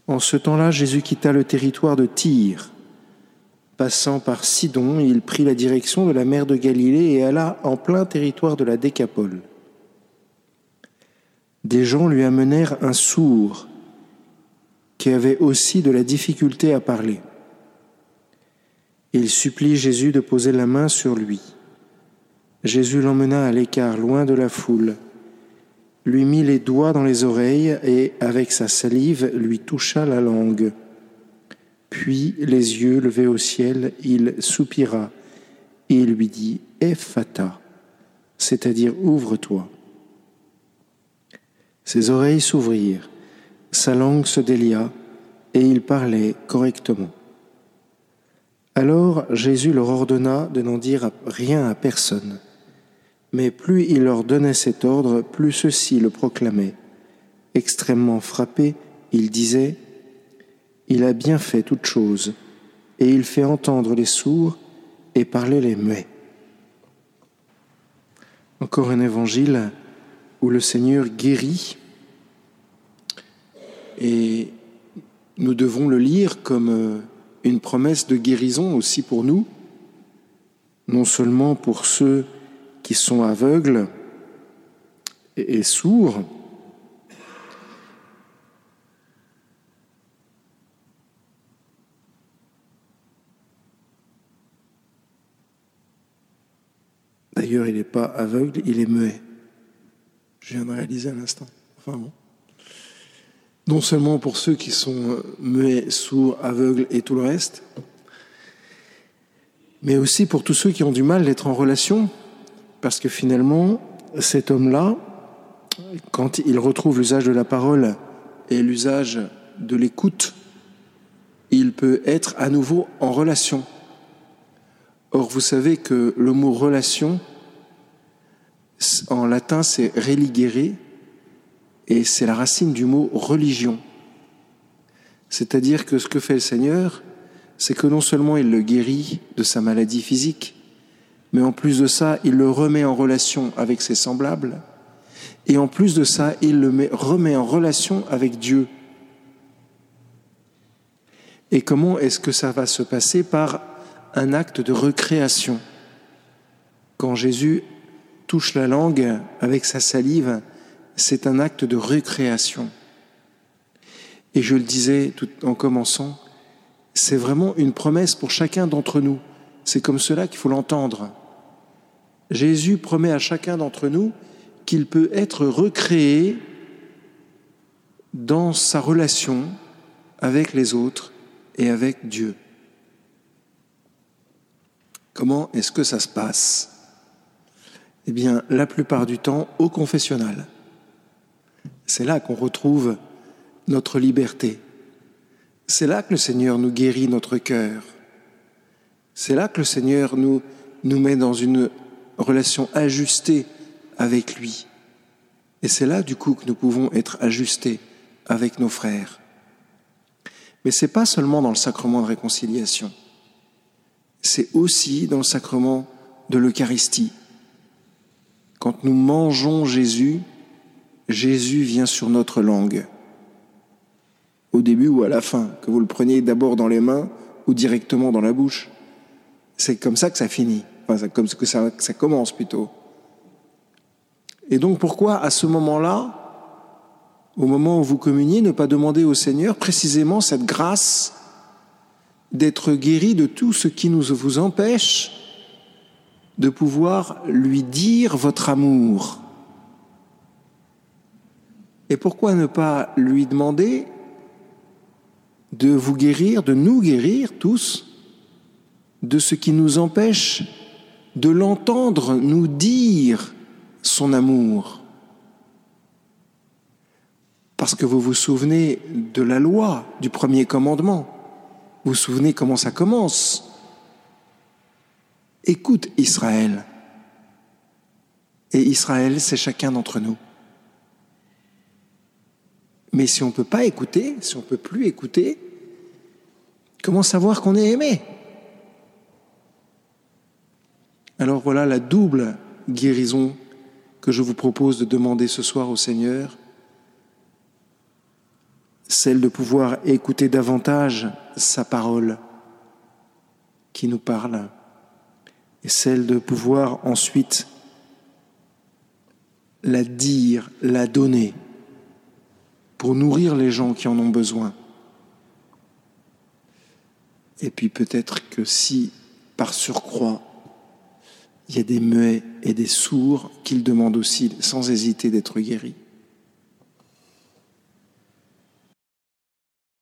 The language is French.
En ce temps-là, Jésus quitta le territoire de Tyr. Passant par Sidon, il prit la direction de la mer de Galilée et alla en plein territoire de la Décapole. Des gens lui amenèrent un sourd qui avait aussi de la difficulté à parler. Il supplie Jésus de poser la main sur lui. Jésus l'emmena à l'écart, loin de la foule, lui mit les doigts dans les oreilles et, avec sa salive, lui toucha la langue. Puis, les yeux levés au ciel, il soupira et lui dit « Ephata », c'est-à-dire « Ouvre-toi ». Ses oreilles s'ouvrirent, sa langue se délia et il parlait correctement. Alors Jésus leur ordonna de n'en dire rien à personne. Mais plus il leur donnait cet ordre, plus ceux-ci le proclamaient. Extrêmement frappé, il disait « Il a bien fait toutes choses, et il fait entendre les sourds et parler les muets. » Encore un évangile où le Seigneur guérit, et nous devons le lire comme une promesse de guérison aussi pour nous, non seulement pour ceux qui sont aveugles et sourds, d'ailleurs il n'est pas aveugle, il est muet. Je viens de réaliser à l'instant. Enfin bon. Non seulement pour ceux qui sont muets, sourds, aveugles et tout le reste, mais aussi pour tous ceux qui ont du mal d'être en relation, parce que finalement, cet homme-là, quand il retrouve l'usage de la parole et l'usage de l'écoute, il peut être à nouveau en relation. Or, vous savez que le mot « relation », en latin, c'est « religere », et c'est la racine du mot « religion ». C'est-à-dire que ce que fait le Seigneur, c'est que non seulement il le guérit de sa maladie physique, mais en plus de ça, il le remet en relation avec ses semblables, et en plus de ça, il le remet en relation avec Dieu. Et comment est-ce que ça va se passer? Par un acte de recréation. Quand Jésus touche la langue avec sa salive, c'est un acte de recréation. Et je le disais tout en commençant, c'est vraiment une promesse pour chacun d'entre nous. C'est comme cela qu'il faut l'entendre. Jésus promet à chacun d'entre nous qu'il peut être recréé dans sa relation avec les autres et avec Dieu. Comment est-ce que ça se passe? Eh bien, la plupart du temps, au confessionnal. C'est là qu'on retrouve notre liberté. C'est là que le Seigneur nous guérit notre cœur. C'est là que le Seigneur nous met dans une relation ajustée avec lui. Et c'est là, du coup, que nous pouvons être ajustés avec nos frères. Mais ce n'est pas seulement dans le sacrement de réconciliation. C'est aussi dans le sacrement de l'Eucharistie. Quand nous mangeons Jésus, Jésus vient sur notre langue. Au début ou à la fin, que vous le preniez d'abord dans les mains ou directement dans la bouche. C'est comme ça que ça finit, enfin, c'est comme ça que ça commence plutôt. Et donc pourquoi à ce moment-là, au moment où vous communiez, ne pas demander au Seigneur précisément cette grâce d'être guéri de tout ce qui vous empêche de pouvoir lui dire votre amour? Et pourquoi ne pas lui demander de vous guérir, de nous guérir tous, de ce qui nous empêche de l'entendre nous dire son amour? Parce que vous vous souvenez de la loi, du premier commandement. Vous vous souvenez comment ça commence? Écoute Israël. Et Israël, c'est chacun d'entre nous. Mais si on ne peut pas écouter, si on ne peut plus écouter, comment savoir qu'on est aimé? Alors voilà la double guérison que je vous propose de demander ce soir au Seigneur. celle de pouvoir écouter davantage sa parole qui nous parle, et celle de pouvoir ensuite la dire, la donner, pour nourrir les gens qui en ont besoin. Et puis peut-être que si, par surcroît, il y a des muets et des sourds, qu'ils demandent aussi, sans hésiter, d'être guéris.